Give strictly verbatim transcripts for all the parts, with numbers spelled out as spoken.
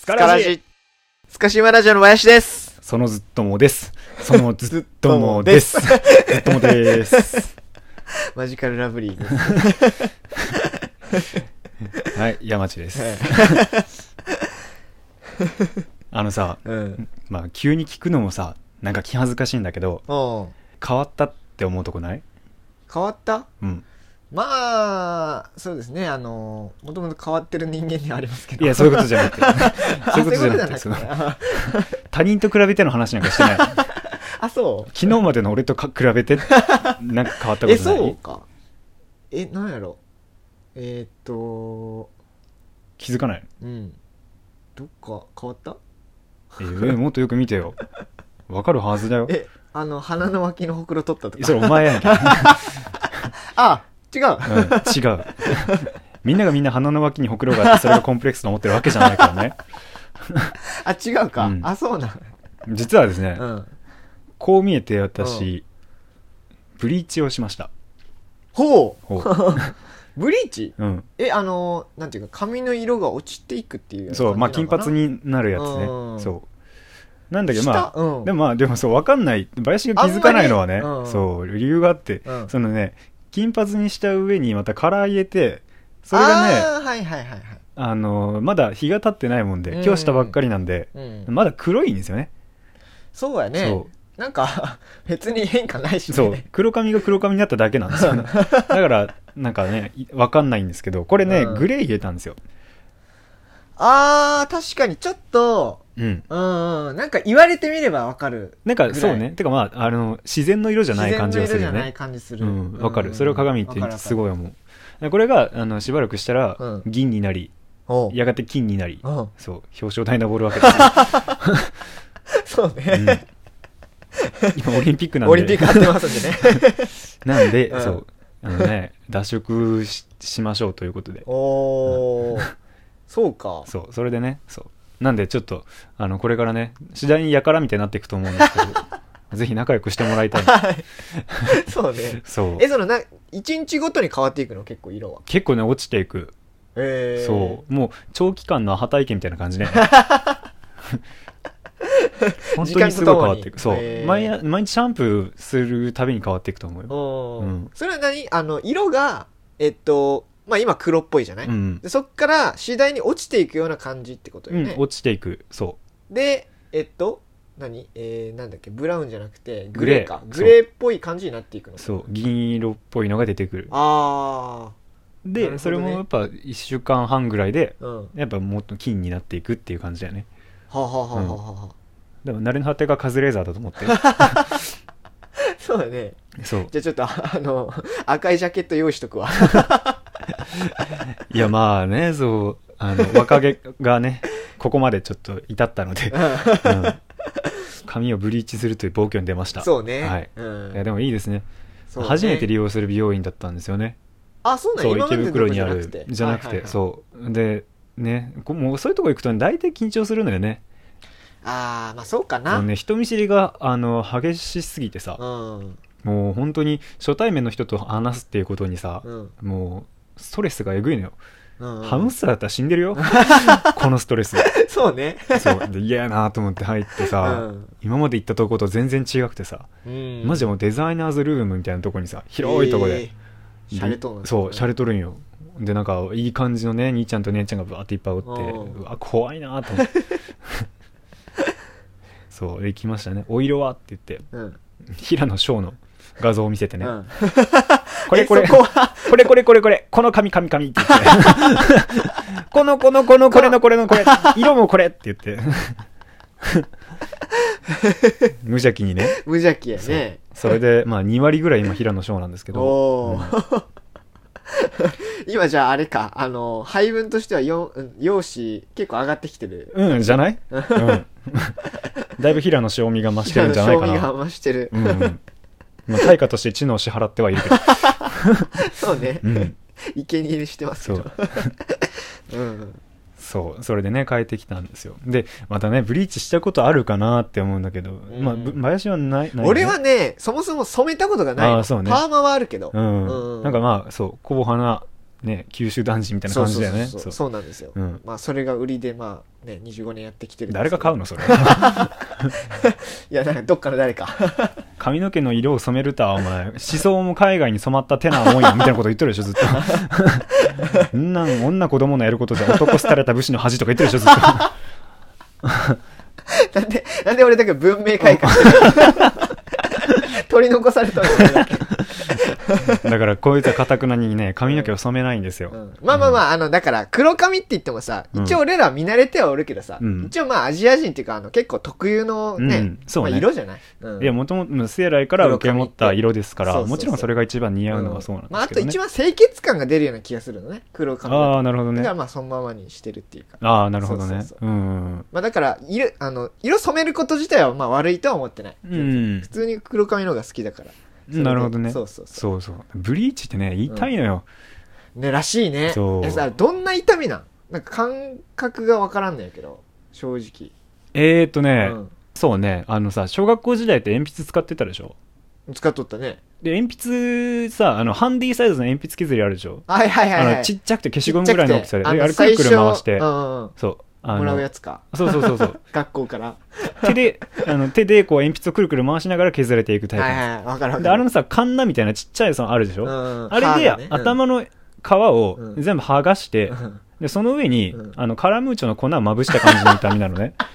スカラジスカシマラジオの林です。 そのずっともですそのずっともですずっともですマジカルラブリーですはい山地です、はい、あのさ、うん、まあ急に聞くのもさなんか気恥ずかしいんだけど変わったって思うとこない？ 変わった？ うんまあそうですね、あのもともと変わってる人間にはありますけど、 いやそういうことじゃなくてそういうことじゃなくてその他人と比べての話なんかしてないあそう昨日までの俺とか比べてなんか変わったことない？ えそうかえなんやろえー、っと気づかない？ うんどっか変わった？ えー、もっとよく見てよわかるはずだよ。 えあの鼻の脇のほくろ取ったとかそれお前やんけあ違う、うん、 違うみんながみんな鼻の脇にほくろがあってそれがコンプレックスと思ってるわけじゃないからねあ違うか、うん、あそうなの実はですね、うん、こう見えて私、 うん、 ブリーチをしました。 ほうほうブリーチ、 うん、 えあのなんていうか髪の色が落ちていくっていうそうまあ金髪になるやつね、うん、そうなんだけどまあ、うん、でもまあでもそう分かんない林が気づかないのはね、うん、そう理由があって、うん、そのね金髪にした上にまたカラー入れてそれがねあ、はいはいはいはい、 あのまだ日が経ってないもんで、うん、今日したばっかりなんで、うん、まだ黒いんですよね。 そうやねそうなんか別に変化ないしね。 そう黒髪が黒髪になっただけなんですよねだからなんかね分かんないんですけどこれね、うん、グレー入れたんですよ。 あー確かにちょっとうん、うんうんなんか言われてみればわかる。 なんかそうねてかまああの自然の色じゃない感じがするよね。 自然の色じゃない感じする。 うんわかる。それを鏡ってすごい思う。これがあのしばらくしたら、うん、銀になりやがて金になりそう表彰台登るわけですよそうね、うん、今オリンピックなんでオリンピックやってますんでねなんで、うん、そうあのね脱色 し, しましょうということでおー、うん、そうかそうそれでねそうなんでちょっとあのこれからね次第にやからみたいになっていくと思うんですけどぜひ仲良くしてもらいたいそうねそうえそのないちにちごとに変わっていくの結構色は結構ね落ちていく、 えー、 そうもう長期間のアハ体験みたいな感じね本当にすごい変わっていくそう、えー、毎, 毎日シャンプーするたびに変わっていくと思うよ、 うん、それは何あの色がえっとまあ今黒っぽいじゃない、うん、でそっから次第に落ちていくような感じってことよね、 うん、落ちていくそうでえっと何えー、なんだっけブラウンじゃなくてグレーかグレーっぽい感じになっていくのそう銀色っぽいのが出てくるあーで、ね、それもやっぱいっしゅうかんはんぐらいで、うん、やっぱもっと金になっていくっていう感じだよね。 はあ、はあはあはあはあ、 でも慣れの果てがカズレーザーだと思ってそうだねそうじゃあちょっとあの赤いジャケット用意しとくわいやまあねそうあの若気がねここまでちょっと至ったので、うん、髪をブリーチするという暴挙に出ました。 そうね、 はいうん、 いやでもいいです ね, ね初めて利用する美容院だったんですよね。 あそうなんそう池袋にあるじゃなくて、はいはいはい、そうでねもうそういうとこ行くと、ね、大体緊張するのよね。 あーまあそうかな。 そう、ね、人見知りがあの激しすぎてさ、うん、もう本当に初対面の人と話すっていうことにさ、うん、もうストレスがえぐいのよ、うんうん、ハムスターだったら死んでるよこのストレスそうねそうで嫌やなと思って入ってさ、うん、今まで行ったとこと全然違くてさ、うん、マジでもうデザイナーズルームみたいなとこにさ広いとこで、えー、シャレとるんですね。 そうシャレとるんよ。でなんかいい感じのね兄ちゃんと姉ちゃんがバーっていっぱいおって、うわ怖いなと思ってそうで行きましたね。お色はって言って、うん、平野翔の画像を見せてね、うん、これこれこれこれこれこれこの紙紙紙って言ってこのこのこのこれのこれのこれ色もこれって言って無邪気にね無邪気やね。 そ, それでまあに割ぐらい今平野翔なんですけどお、うん、 今じゃああれかあの配分としてはよ容姿結構上がってきてるうんじゃない、うん、だいぶ平野翔味が増してるんじゃないかな。 平野翔味が増してる、 うんうんまあ、対価として知能を支払ってはいるけどそうね、うん、生贄してますけどそう、うん、 そうそれでね変えてきたんですよ。でまたねブリーチしたことあるかなって思うんだけど、うん、まあ林はない、ないね、 俺はねそもそも染めたことがない。あそう、ね、パーマはあるけど、 うんうん、なんかまあそう小鼻ね、九州男児みたいな感じだよね。 そうそうそうそう、そうなんですよ、うん、まあそれが売りでまあねにじゅうごねんやってきてるんですけど。 誰が買うのそれ。 いやなんかどっかの誰か。 髪の毛の色を染めるとはお前思想も海外に染まった手な思いやみたいなこと言ってるでしょずっと。んなん女子供のやることじゃ男廃れた武士の恥とか言ってるでしょずっと。 なんでなんで俺だけ文明開化してる。取り残されたんだけ。 だからこいつはかたくなにね髪の毛を染めないんですよ、 うん、まあまあまあ、うん、あのだから黒髪って言ってもさ一応俺らは見慣れてはおるけどさ、うん、一応まあアジア人っていうかあの結構特有のね、うんそうねまあ、色じゃない、うん、 いやもともと生来から受け持った色ですからもちろんそれが一番似合うのはそうなんですけどね、うんまあ、あと一番清潔感が出るような気がするのね黒髪だと。ああなるほどね。 だからまあそのままにしてるっていうか。 ああなるほどね。うんまあだから色あの色染めること自体はまあ悪いとは思ってない、うん、普通に黒髪の方が好きだから。 なるほどね。 そうそうそう。 そうそう。ブリーチってね、痛いのよ。 うん、ね、らしいね。そう。えさ、どんな痛みなんなんか感覚がわからんのやけど、正直。 えーっとね、うん、そうね、あのさ、小学校時代って鉛筆使ってたでしょ？ 使っとったね。 で、鉛筆さ、あの、ハンディサイズの鉛筆削りあるでしょ？ はいはいはい、はい。 あの、ちっちゃくて消しゴムぐらいの大きさで、あれくるくる回して、うんうん、そう。 もらうやつか。 そうそうそうそう。 学校から。 手で、あの、手でこう鉛筆をくるくる回しながら削れていくタイプ。 はいはい、わかるわかる。 で、あれのさ、カンナみたいなちっちゃいやつあるでしょ、うん、あれで、ね、頭の皮を全部剥がして、うん、で、その上に、うん、あの、カラムーチョの粉をまぶした感じの痛みなのね。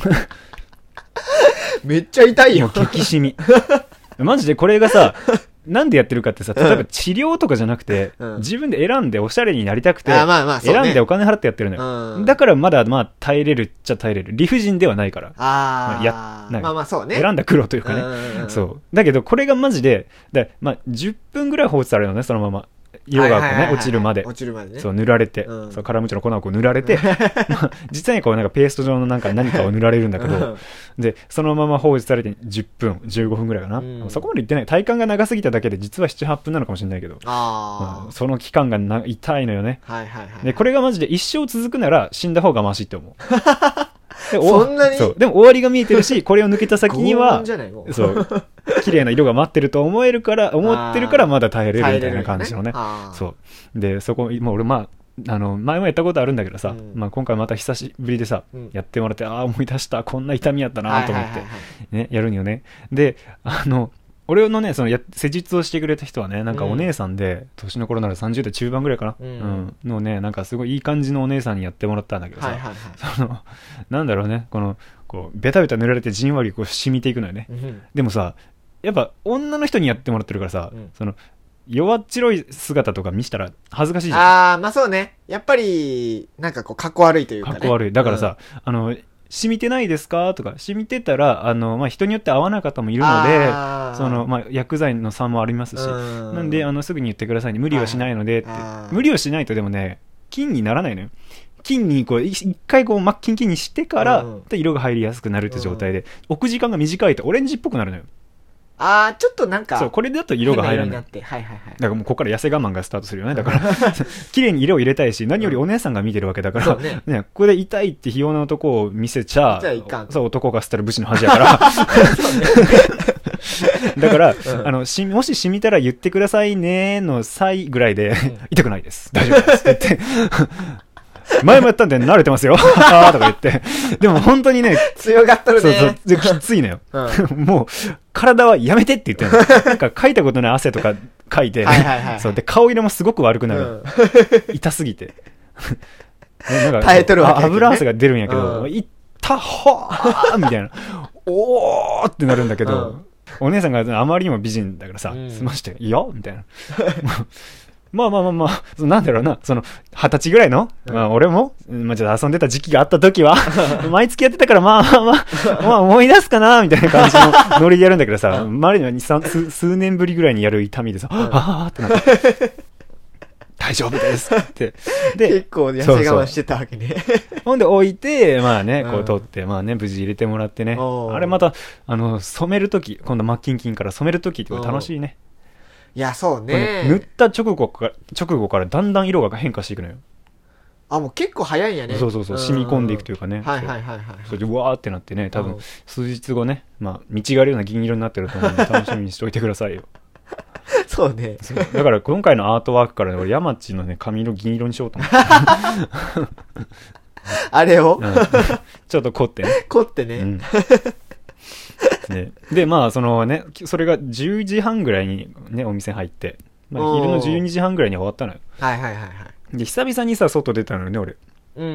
めっちゃ痛いよ。 もう激しみ。マジでこれがさ、なんでやってるかってさ、例えば治療とかじゃなくて、うん、自分で選んでおしゃれになりたくて、まあまあね、選んでお金払ってやってるのよ、うん、だからまだまあ耐えれるっちゃ耐えれる。理不尽ではないから。 あ、 まあ、やまあまあそうね。 選んだ苦労というかね、うん、そうだけどこれがマジでだ、まあ、じゅっぷんぐらい放置されるのね、そのまま色がこう、ね、はいはいはいはい、落ちるまで落ちるまでね、 そう塗られて、うん、そうカラムーチョの粉をこう塗られて、まあ、実際にこうなんかペースト状のなんか何かを塗られるんだけどでそのまま放置されてじゅっぷんじゅうごふんぐらいかな、うん、そこまでいってない。体感が長すぎただけで実は ななはっぷんなのかもしれないけど、あ、まあ、その期間がな痛いのよね、 はいはいはいはい、 でこれがマジで一生続くなら死んだ方がマシって思う。 でそんなにそうでも終わりが見えてるし、これを抜けた先にはそう綺麗な色が待ってると思えるから思ってるからまだ耐えれるみたいな感じのね。そうでそこもう俺まああの前もやったことあるんだけどさ、うんまあ、今回また久しぶりでさ、うん、やってもらって、ああ思い出したこんな痛みやったなと思って、はいはいはいはい、ね、やるんよね。であの俺のねそのや施術をしてくれた人はねなんかお姉さんで、うん、年の頃ならさんじゅう代中盤ぐらいかな、うんうん、のねなんかすごいいい感じのお姉さんにやってもらったんだけどさ、はいはいはい、そのなんだろうねこのこうベタベタ塗られてじんわりこう染みていくのよね、うん、でもさやっぱ女の人にやってもらってるからさ、うん、その弱っちろい姿とか見したら恥ずかしいじゃん。 ああまあそうね、やっぱりなんかこうかっこ悪いというかね。 かっこ悪いだからさ、うん、あの染みてないですかとか、染みてたらあの、まあ、人によって合わない方もいるのでその、まあ、薬剤の差もありますし、なんであのすぐに言ってくださいね、無理はしないのでって。無理をしないとでもね菌にならないのよ。菌にこう一回こう真っキンキンにしてから、うん、色が入りやすくなるって状態で、うん、置く時間が短いとオレンジっぽくなるのよ。 あーちょっとなんかそうこれだと色が入らない。 はいはいはい、 だからもうここから痩せ我慢がスタートするよね。だから綺麗に色を入れたいし、何よりお姉さんが見てるわけだから、うんねね、ここで痛いってひ弱な男を見せちゃじゃあいかん。 そう男が吸ったら武士の恥やからだから、うん、あのしもし染みたら言ってくださいねの際ぐらいで、うん、痛くないです大丈夫ですって言って前もやったんで慣れてますよあーとか言ってでも本当にね強がったるね。 そうそうきついのよ、うん、もう体はやめてって言ってるのなんかかいたことない汗とかかいて、はいはいはいはい、そうで顔色もすごく悪くなる、うん、痛すぎてなんか耐えとるわけ、ね、 油汗が出るんやけど、うん、いったほーみたいなおーってなるんだけど、うん、お姉さんがあまりにも美人だからさ、うん、済ましていやみたいなまあまあまあまあ、なんだろうな、その、二十歳ぐらいの、うん、まあ俺も、まあちょっと遊んでた時期があった時は、毎月やってたからまあまあまあ、まあ思い出すかな、みたいな感じのノリでやるんだけどさ、周りには数、数年ぶりぐらいにやる痛みでさ、うん、あーってなって、大丈夫ですって。 で、結構痩せ我慢してたわけね。そうそうほんで置いて、まあね、こう取って、うん、まあね、無事入れてもらってね。あれまた、あの、染めるとき、今度マッキンキンから染めるときって楽しいね。 いやそうね、 塗った直後から直後からだんだん色が変化していくのよ。 あもう結構早いんやね。 そうそうそう、染み込んでいくというかね。 はいはいはいはい、 それでうわーってなってね、多分数日後ね、まあ見違えるような銀色になってると思うんで楽しみにしておいてくださいよそうね。 だから今回のアートワークからね、俺、ヤマッチのね、髪の銀色にしようと思って。 あれを、うん、 ちょっと凝ってね。 凝ってね。 うんね、で、まあ、そのね、それがじゅうじはんぐらいにね、お店入って、まあ、昼のじゅうにじはんぐらいに終わったのよ。 はいはいはいはい。 で、久々にさ、外出たのよね、俺。 うん。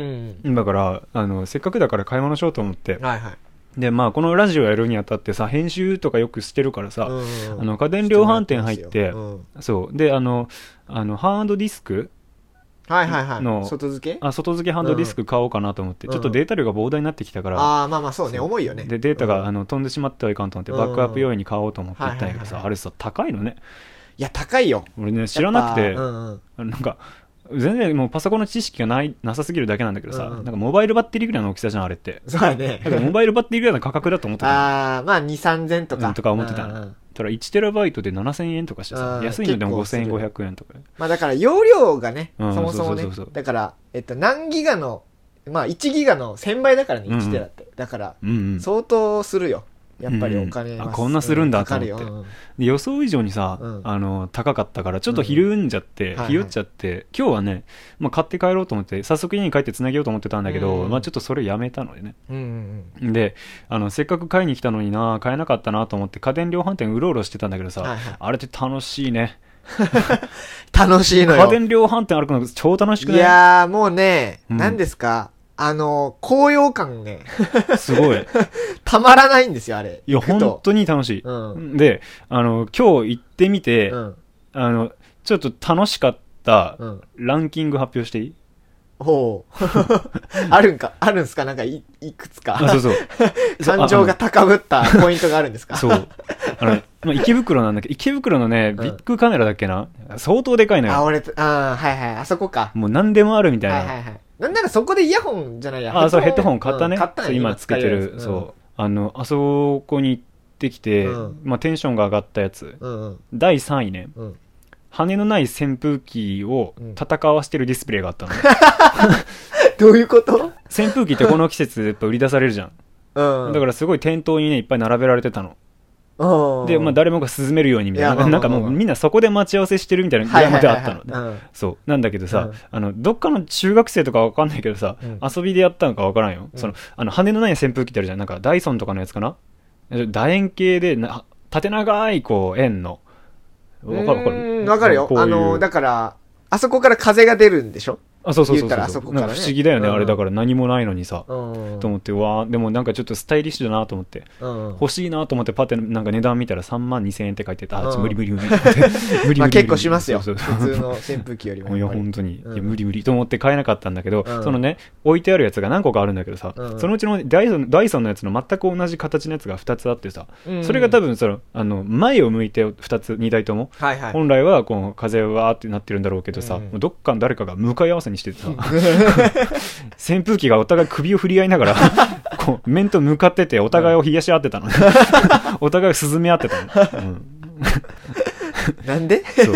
だから、あの、せっかくだから買い物しようと思って。 はいはい。 で、まあ、このラジオやるにあたってさ、編集とかよくしてるからさ、うん、あの、家電量販店入って、うん、そう。で、あの、あの、ハードディスクはいはいはい。の外付けあ、外付けハンドディスク買おうかなと思って、うん、ちょっとデータ量が膨大になってきたから。 ああ、まあまあそうね、重いよね。 で、データが、うん、あの飛んでしまってはいかんと思って、バックアップ用意に買おうと思って行ったんやけどさ、あれさ、高いのね。 いや、高いよ。 俺ね、知らなくて、うんうん、なんか、全然もうパソコンの知識がないなさすぎるだけなんだけどさ、うんうん、なんかモバイルバッテリーぐらいの大きさじゃんあれって。 そうやね。 だからモバイルバッテリーぐらいの価格だと思ってた。 ああ、まあに、さんぜんとか、 うん、とか思ってたの。うんうん、ただいちテラバイトでななせんえんとかしてさ、安いのでもごせんごひゃくえんとか。 まあだから容量がね、うん、そもそもね、そうそうそうそう、だからえっと何ギガのまあいちギガのせんばいだからね、いちテラって、うんうん、だから相当するよ。やっぱりお金、 うん、あこんなするんだと思って、うん、で予想以上にさ、うん、あの高かったからちょっとひるんじゃって、うん、ひよっちゃって、はいはい、今日はね、まあ、買って帰ろうと思って早速家に帰ってつなげようと思ってたんだけど、うんまあ、ちょっとそれやめたのでね、うんうんうん、であのせっかく買いに来たのにな買えなかったなと思って家電量販店うろうろしてたんだけどさ、はいはい、あれって楽しいね楽しいのよ。 家電量販店歩くの超楽しくない？ いやーもうね、うん、何ですかあの、高揚感ね。 すごい。 たまらないんですよ、あれ。 いや、本当に楽しい。うん、で、あの、今日行ってみて、うん、あの、ちょっと楽しかったランキング発表していい？ ほう。あるんか、あるんすかなんかい、いくつか。 あ、そうそう。 感情が高ぶったポイントがあるんですか？ そう。あの、まあ、池袋なんだけど、池袋のね、ビッグカメラだっけな、うん、相当でかいのよ。 あ、俺、あはいはい、あそこか。 もう何でもあるみたいな。 はいはいはい。なんならそこでイヤホンじゃないや。 あ、そう、ヘッドホン買ったね。 うん、買ったね。 今つけてる、うん、そう。あの、あそこに行ってきて、うん、まあ、テンションが上がったやつ。うんうん、だいさんいね。うん、羽のない扇風機を戦わしてるディスプレイがあったの。 どういうこと？ 扇風機ってこの季節やっぱ売り出されるじゃん。うん、だからすごい店頭にね、いっぱい並べられてたの。で、まあ、誰もが涼めるようにみたいな、なんかもうみんなそこで待ち合わせしてるみたいなぐらいまであったのね。そう。なんだけどさ、うん、あの、どっかの中学生とかわかんないけどさ、うん、遊びでやったのかわからんよ。うん、その、あの、羽のない扇風機ってあるじゃん。なんかダイソンとかのやつかな？楕円形でな、縦長い、こう、円の。 わかるわかる。わかるよ。あの、だから、あそこから風が出るんでしょ？ あ、そうそうそうそう。 あそこからね、 なんか不思議だよね、うん、あれだから何もないのにさ、うん、と思って、わーでもなんかちょっとスタイリッシュだなと思って、うん、欲しいなと思ってパッてなんか値段見たらさんまんにせんえんって書いてた、あ、ちょ無理無理無理無理無理まあ結構しますよ、そうそう普通の扇風機よりも。 いや本当に、うん、いや無理無理と思って買えなかったんだけど、うん、そのね置いてあるやつが何個かあるんだけどさ、うん、そのうちのダイソン、ダイソンのやつの全く同じ形のやつがふたつあってさ、うん、それが多分そのあの前を向いてふたつにだいとも、はいはい、本来はこう風はーってなってるんだろうけどさ、うん、どっかの誰かが向かい合わせにしててさ扇風機がお互い首を振り合いながらこう面と向かっててお互いを冷やし合ってたのねお互いを涼め合ってたの、うん、 なんでそう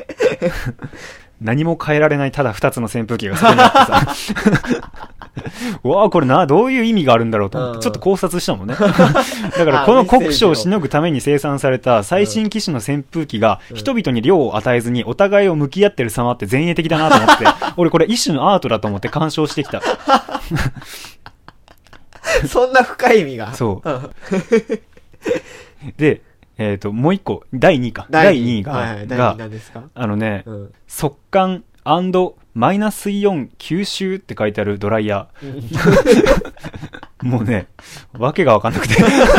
何も変えられないただふたつの扇風機がそこにあってさうわあこれなどういう意味があるんだろうと思ってちょっと考察したもんねだからこの酷暑をしのぐために生産された最新機種の扇風機が人々に涼を与えずにお互いを向き合ってる様って前衛的だなと思って俺これ一種のアートだと思って鑑賞してきたそんな深い意味がそうでえっ、ー、ともう一個だいにいかだいにいが、はいはい、があのね、うん、速乾マイナスイオン吸収って書いてあるドライヤーもうねわけがわかんなくて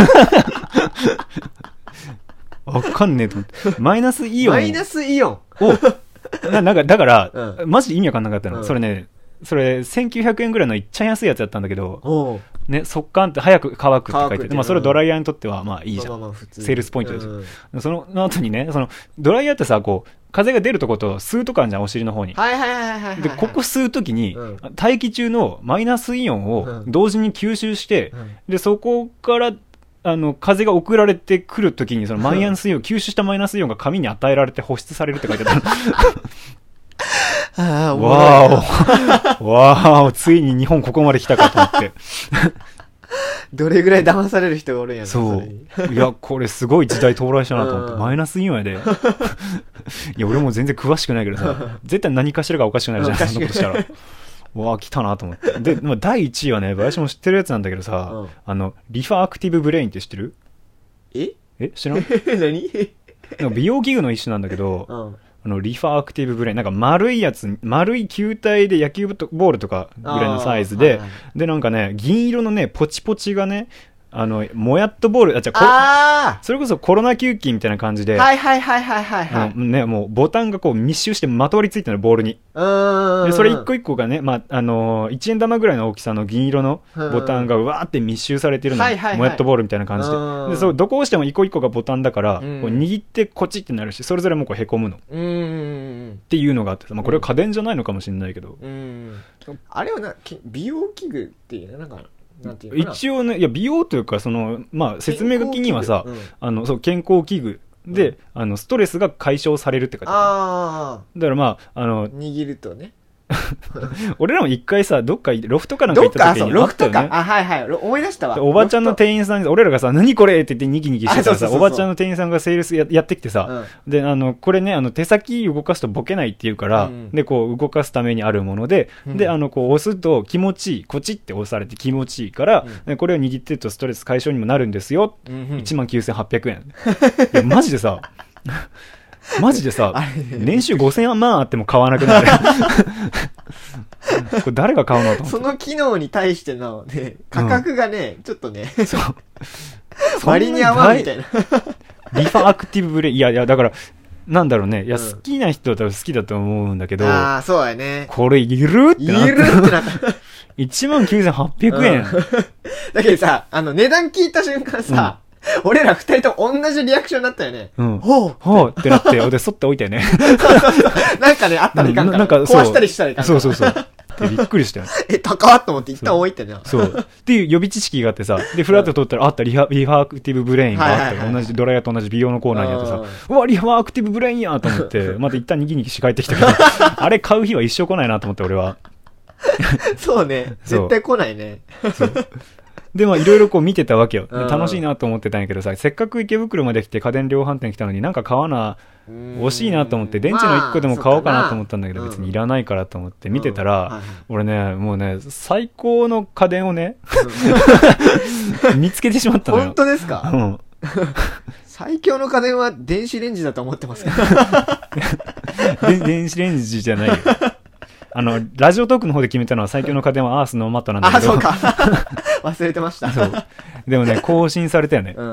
わかんねえと思ってマイナスイオンマイナスイオンをななんかだから、うん、マジで意味わかんなかったの、うん、それねそれせんきゅうひゃくえんぐらいのいっちゃ安いやつやったんだけどね、速乾って早く乾くって書いてて、まあ、それドライヤーにとってはまあいいじゃん、まあまあまあセールスポイントですよ、うん、その後にねそのドライヤーってさこう風が出るとこと吸うとこあるじゃんお尻の方に、 はいはいはいはい、はい、 でここ吸うときに、うん、大気中のマイナスイオンを同時に吸収して、うん、でそこからあの風が送られてくるときにそのマイナスイオン、うん、吸収したマイナスイオンが髪に与えられて保湿されるって書いてあるああ、 わーおわーおついに日本ここまで来たかと思ってどれぐらい騙される人がおるんやろ。 そういやこれすごい時代到来したなと思って、うん、マイナスイオンやでいや俺も全然詳しくないけどさ絶対何かしらがおかしくなるじゃんそんなことしたらわあ来たなと思ってで、まあ、だいいちいはね林も知ってるやつなんだけどさ、うん、あのリファアクティブブレインって知ってる？ ええ知らん何なんか美容器具の一種なんだけど、うんあのリファアクティブブレインなんか丸いやつ丸い球体で野球ボールとかぐらいのサイズで、はいはい、でなんかね銀色のねポチポチがねあのもやっとボールあじゃあそれこそコロナ給付金みたいな感じではいはいはいはいはい、はい、 ねもうボタンがこう密集してまとわりついてるのボールにでそれ一個一個がね、まああのー、いちえん玉ぐらいの大きさの銀色のボタンがわーって密集されてるの、はいはいはい、もやっとボールみたいな感じででそれどこ押しても一個一個がボタンだからこう握ってこっちってなるしそれぞれもこうへこむのうんっていうのがあってさ、まあ、これは家電じゃないのかもしれないけどうんあれはな美容器具っていうなんかなんていうかな一応ねいや美容というかその、まあ、説明書きにはさ、うん、あのそう健康器具で、うん、あのストレスが解消されるって書いてあるだからまああの握るとね俺らも一回さどっかロフトかなんか行った時にロフトかあはいはい思い出したわおばちゃんの店員さん俺らがさ何これって言ってニキニキしてたらさおばちゃんの店員さんがセールス や, やってきてさ、うん、であのこれねあの手先動かすとボケないって言うから、うん、でこう動かすためにあるもので、うん、であのこう押すと気持ちいいこっちって押されて気持ちいいから、うん、これを握ってるとストレス解消にもなるんですよ、うん、いちまんきゅうせんはっぴゃくえんいやマジでさマジでさ、ね、年収ごせんまんあっても買わなくなるこれ誰が買うのと思ってその機能に対しての、ね、価格がね、うん、ちょっとねそう割に合わんみたいなリファアクティブブレインいやいやだからなんだろうねいや、うん、好きな人だったら好きだと思うんだけどああそうやねこれいるってなったいるってなったいちまんきゅうせんはっぴゃくえん、うん、 だけどさあの値段聞いた瞬間さ、うん俺ら二人と同じリアクションになったよね。 うん。ほうほうってなって、で、そっておいたよね。 なんかね、あったらいかんから。なんか壊したりしたらいかんから。 そうそうそう。びっくりしたよ。 え、高っと思って一旦置いてね。 そう。っていう予備知識があってさ、で、フラット取ったら、あったリハ、リファアクティブブレインがあったら、同じドライヤーと同じ美容のコーナーにあってさ、うわ、リファアクティブブレインやと思って、また一旦ニキニキして帰ってきたけど、あれ買う日は一生来ないなと思って、俺は。 そうね。絶対来ないね。そう。 でまあいろいろこう見てたわけよ。楽しいなと思ってたんやけどさせっかく池袋まで来て家電量販店来たのになんか買わな惜しいなと思って電池のいっこでも買おうかなと思ったんだけど、まあ、別にいらないからと思って見てたら、うんはい、俺ねもうね最高の家電をね見つけてしまったのよ。 本当ですか、うん、最強の家電は電子レンジだと思ってますか電子レンジじゃないよ。あのラジオトークの方で決めたのは最強の家電はアースのマットなんだけどあそうか忘れてましたそうでもね更新されたよね、うん、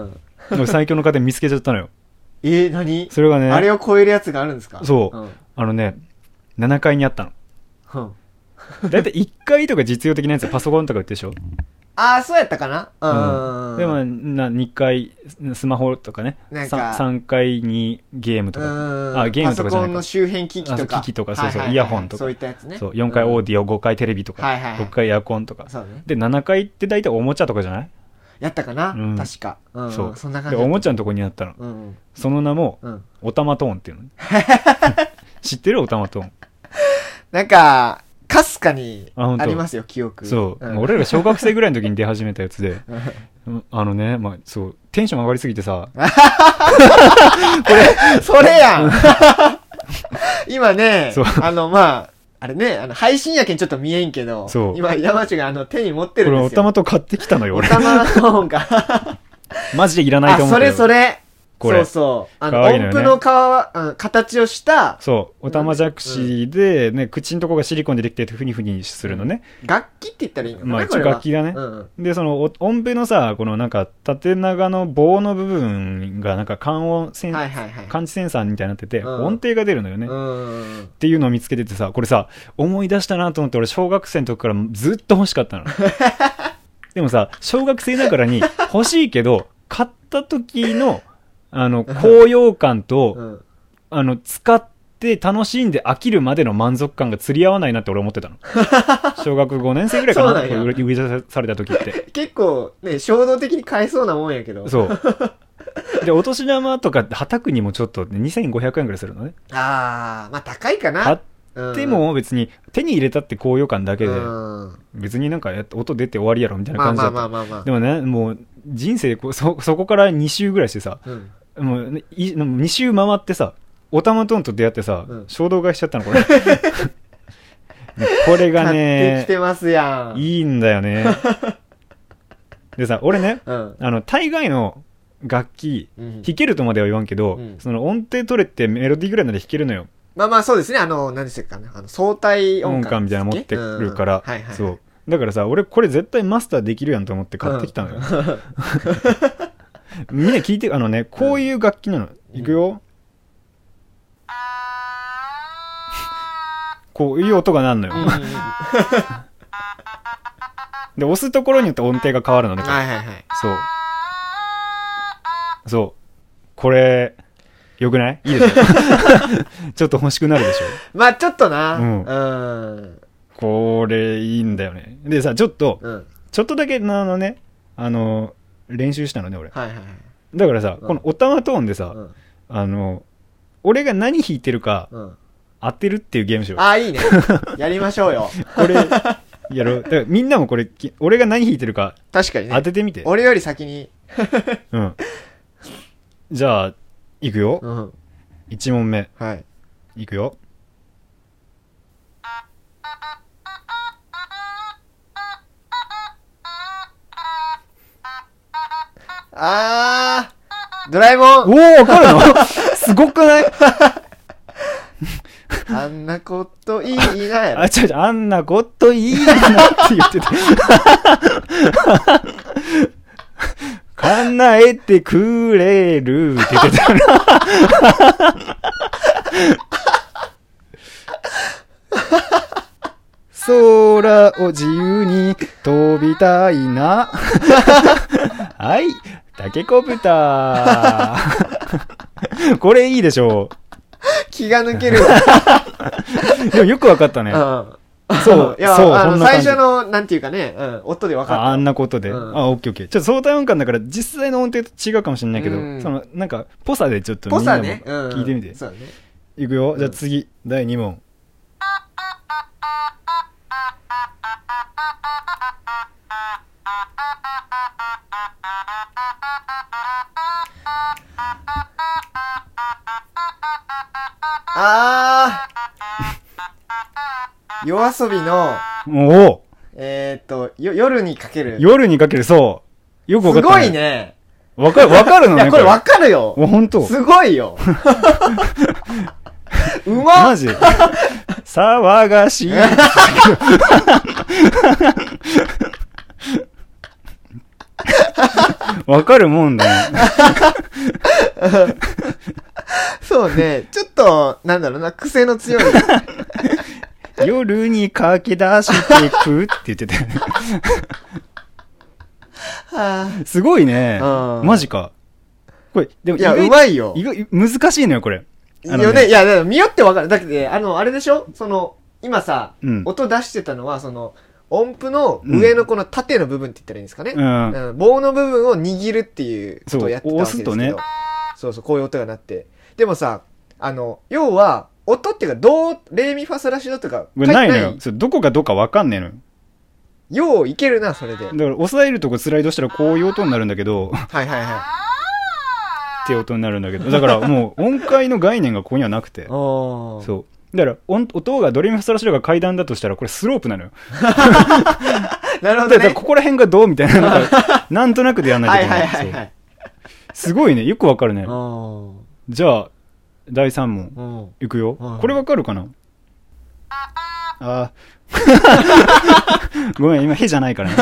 最強の家電見つけちゃったのよ。 えー、何それがねあれを超えるやつがあるんですか。 そう、うん、あのねななかいにあったの、うん、だいたいいっかいとか実用的なやつパソコンとか売ってるでしょ。 ああそうやったかな、うんうん、でもなにかいスマホとかねなんか さんかいにゲームとかあゲームとかじゃないかパソコンの周辺機器とか機器とかそうそう、はいはいはい、イヤホンとかそういったやつねそうよんかいオーディオ、うん、ごかいテレビとか、はいはいはい、ろっかいエアコンとか、ね、でななかいって大体おもちゃとかじゃないやったかな、うん、確か、うん、そうそんな感じでおもちゃのとこにあったの、うん、その名も、うん、オタマトーンっていうの知ってるオタマトーンなんかかすかにありますよ記憶。 そう、うん、俺ら小学生ぐらいの時に出始めたやつであのね、まあ、そうテンション上がりすぎてさこれそれやん今ねあのまああれねあの配信やけんちょっと見えんけど今山内があの手に持ってるんですよ。 これオタマト買ってきたのよ俺。 オタマトーンかマジでいらないと思うけど。あそれそれこれそうそうあの、ね、音符のかわ形をしたそうおたまじゃくしで、ね、口のとこがシリコンでできてふにふにするのね、 うん、楽器って言ったらいいのかな、 まあ、一応楽器だね、うんうん、でその音符のさこのなんか縦長の棒の部分がなんか感音セン、はいはいはい、感知センサーみたいになってて、うん、音程が出るのよね、うん、っていうのを見つけててさこれさ思い出したなと思って俺小学生の時からずっと欲しかったのでもさ小学生ながらに欲しいけど買った時のあの高揚感と、うん、あの使って楽しんで飽きるまでの満足感が釣り合わないなって俺思ってたの小学ごねん生ぐらいかな売り出された時って結構ね衝動的に買えそうなもんやけどそうでお年玉とかはたくにもちょっとにせんごひゃくえんぐらいするのね。 ああまあ高いかな。 買っても別に手に入れたって高揚感だけで、うん、別になんか音出て終わりやろみたいな感じだった。まあまあまあまあまあ。でもね、もう人生こう そ, そこからに周ぐらいしてさ、うん、もういに周回ってさ、オタマトーンと出会ってさ、うん、衝動買いしちゃったのこれ。これがね、 買ってきてますやん。 いいんだよね。でさ、俺ね、うん、あの大概の楽器、うん、弾けるとまでは言わんけど、うん、その音程取れてメロディーぐらいまで弾けるのよ。 まあまあそうですね。あの何でしたっけかね、あの相対音感みたいなの持ってくるから、うんはいはいはい、そうだからさ、俺これ絶対マスターできるやんと思って買ってきたのよ。うん、みんな聞いて、あのね、こういう楽器なの。いくよ。うん、こういう音がなんのよ。うんうん、で押すところによって音程が変わるのね。はいはいはい。そう。そう。これ、よくない？いいでしょちょっと欲しくなるでしょまあちょっとな。うん。 うん、これ、いいんだよね。でさ、ちょっと、うん、ちょっとだけ、あのね、あの、練習したのね、俺。はいはいはい。だからさ、うん、このオタマトーンでさ、うん、あの、俺が何弾いてるか、うん、当てるっていうゲームしよう。 ああ、いいね。やりましょうよ。 これ、やろう。だからみんなもこれ、俺が何弾いてるか、 確かにね。 当ててみて。 俺より先に。 うん。じゃあ、いくよ。うん。いち問目。はい。いくよ。 あー、ドラえもん。おー、わかるのすごくないあんなこといいなやろ。 あ、違う違う、あんなこといいなって言ってた。叶えてくれるって言ってたな。空を自由に飛びたいな。はい、タケコプター。これいいでしょう。 気が抜ける。 でもよくわかったね。うん、そう、 いや、そう、あの、最初の、なんていうかね、うん、音で分かった。 あ、あんなことで。うん、あ、オッケーオッケー。ちょっと相対音感だから、実際の音程と違うかもしれないけど、うん、その、なんか、ぽさでちょっとみんなも聞いてみて。そうね。いくよ。じゃあ次、うん、だいに問。 あー夜遊びのおえー、っとよ夜にかける夜にかけるそうよくわかった、 ね、すごいねわかるわかるのねいやこれわかるよもうほんとすごいようまっマジ騒がしいわかるもんだねそうねちょっとなんだろうな癖の強い夜に駆け出してくって言ってたよねはあ、すごいねマジかこれでもいやうまいよ意外難しいのよこれいやねいやだから見よってわかるだけど、ね、あのあれでしょその今さ、うん、音出してたのはその音符の上のこの縦の部分って言ったらいいんですかね、うんうん、棒の部分を握るっていうことをやってたわけですけど、そう、押すとね、そうそうこういう音が鳴ってでもさあの要は音っていうかドレミファソラシドとか書いてないのよそれどこかどうかわかんねえのよよういけるなそれでだから押さえるとこスライドしたらこういう音になるんだけどはいはいはいって音になるんだけどだからもう音階の概念がここにはなくてそうだから音、音がドレミファソラシドが階段だとしたらこれスロープなのよなるほどねだからここら辺がどうみたいななんかなんとなくでやんないといけない、はいはいはいはい、すごいねよくわかるねじゃあだいさん問いくよこれわかるかなあごめん今へじゃないからね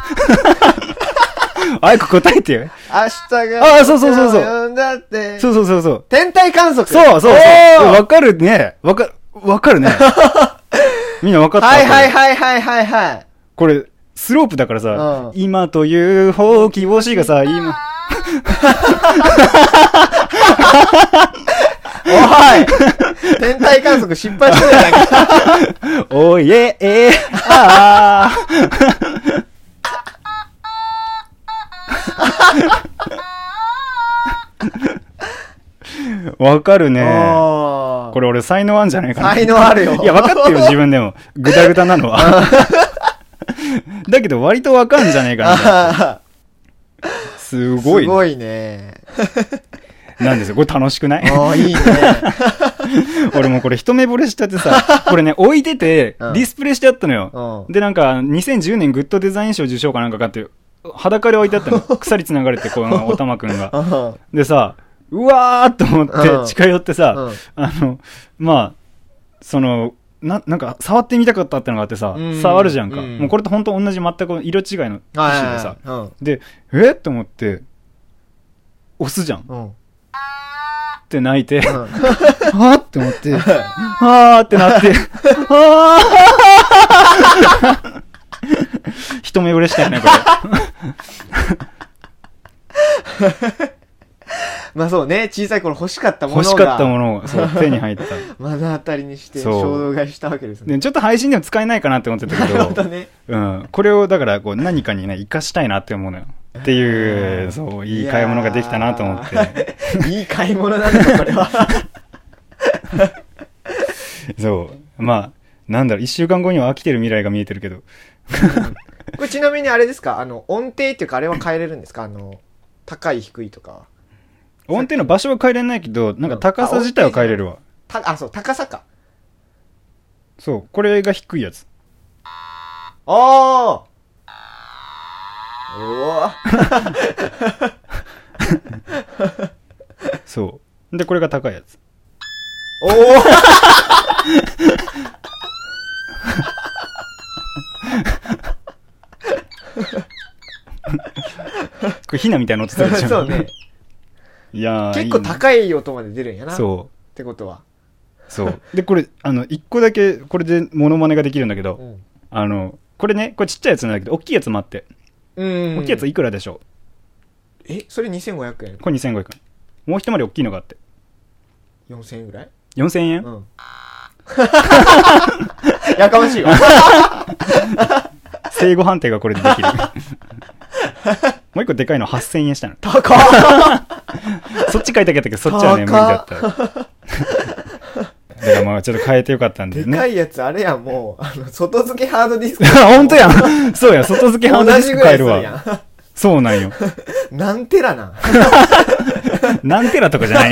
早く答えてよ。明日が。 あ、そうそうそうそう。そうそうそうそう。 天体観測。 そうそうそう。わかるね。わか、わかるね。みんなわかった。 はいはいはいはいはいはい。 これ、スロープだからさ、うん、今というほうき星がさ、今。 おい天体観測失敗したじゃないか。 おいええああ。わかるね。これ俺才能あんじゃないかな。 才能あるよ。 いや、わかってよ、自分でも。ぐだぐだなのは。だけど割とわかんじゃねえかな。すごい、 ね。すごいね。 なんですよ。これ楽しくない？ ああ、いいね。 俺もこれ一目惚れしちゃってさ、これね、置いてて、ディスプレイしてあったのよ。うん、で、なんか、にせんじゅうねんグッドデザイン賞受賞かなんかかって、裸で置いてあったの。鎖つながれて、このおたまくんが。でさ、うわーっと思って近寄ってさ、うん、あの、まあ、その、な、なんか、触ってみたかったってのがあってさ、うん、触るじゃんか。うん、もうこれと本当同じ全く色違いの機種でさ。うん、で、えって思って、押すじゃん。うんって泣いて、うん、はぁって思って、はぁってなって、はぁ一目惚れしたよね、これ。まあそうね、小さい頃欲しかったものが。 欲しかったものが、そう、手に入った。 目の当たりにして衝動買いしたわけですね。 でちょっと配信でも使えないかなって思ってたけど、 なるほどね。 うん。これをだからこう何かにね、活かしたいなって思うのよ。っていう、そう、いい買い物ができたなと思って。 いい買い物なんだ、これは。 そう。まあ、なんだろう、一週間後には飽きてる未来が見えてるけど。 これちなみにあれですか、あの、音程っていうかあれは変えれるんですか？あの、高い低いとか。 音程の場所は変えれないけど、なんか高さ自体は変えれるわ。 たあ、そう、高さか。 そう、これが低いやつ。 ああうわそうでこれが高いやつ。 おおこれヒナみたいな音するでしょ。 そうね。 いや結構高い音まで出るんやな。 そうってことはそうでこれあのいっこだけこれでモノマネができるんだけど、うん、あのこれねこれちっちゃいやつなんだけど大きいやつもあって、うん大きいやついくらでしょう？えそれにせんごひゃくえん？ これにせんごひゃくえん。もう一回り大きいのがあってよんせんえんぐらい？ よんせんえん？ うんやかましいわ正誤判定がこれでできるもう一個でかいのはっせんえんしたの。 高っそっち買いたかったけどそっちはね無理だっただからまあちょっと変えてよかったんでね。 でかいやつあれやんもうあの外付けハードディスク本当やんそうや外付けハードディスク買えるわ。そうなんよ何テラなん何テラとかじゃない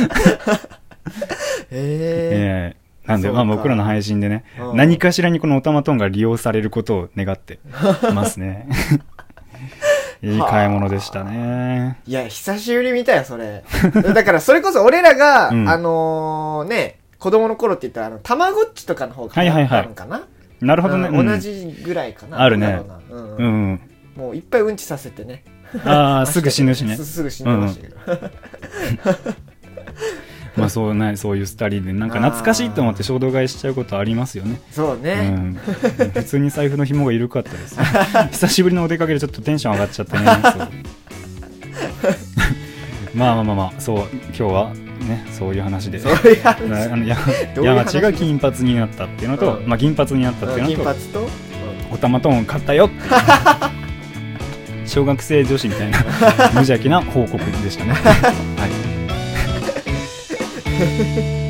えー、 えーなんで、まあ僕らの配信でね、うん、何かしらにこのオタマトーンが利用されることを願ってますね。いい買い物でしたね。 いや、久しぶり見たよ、それ。だからそれこそ俺らが、うん、あのー、ね、子供の頃って言ったら、あの、たまごっちとかの方があるのかな、はいはいはい、 なるほどね、 うん。同じぐらいかな。 あるね。 うん、 うん。 もういっぱいうんちさせてね。 ああ、すぐ死ぬしね。 す, すぐ死んでましたけど。うんまあそうね、そういうスタイルでなんか懐かしいと思って衝動買いしちゃうことありますよね。 そうね、 うん、普通に財布の紐が緩かったです、ね、久しぶりのお出かけでちょっとテンション上がっちゃってねそうまあまあまあまあそう今日はねそういう話でそういう話あのや山地が金髪になったっていうのと、うん、まあ銀髪になったっていうのと、 金髪と、うん、 おたまトーン買ったよ小学生女子みたいな無邪気な報告でしたねはい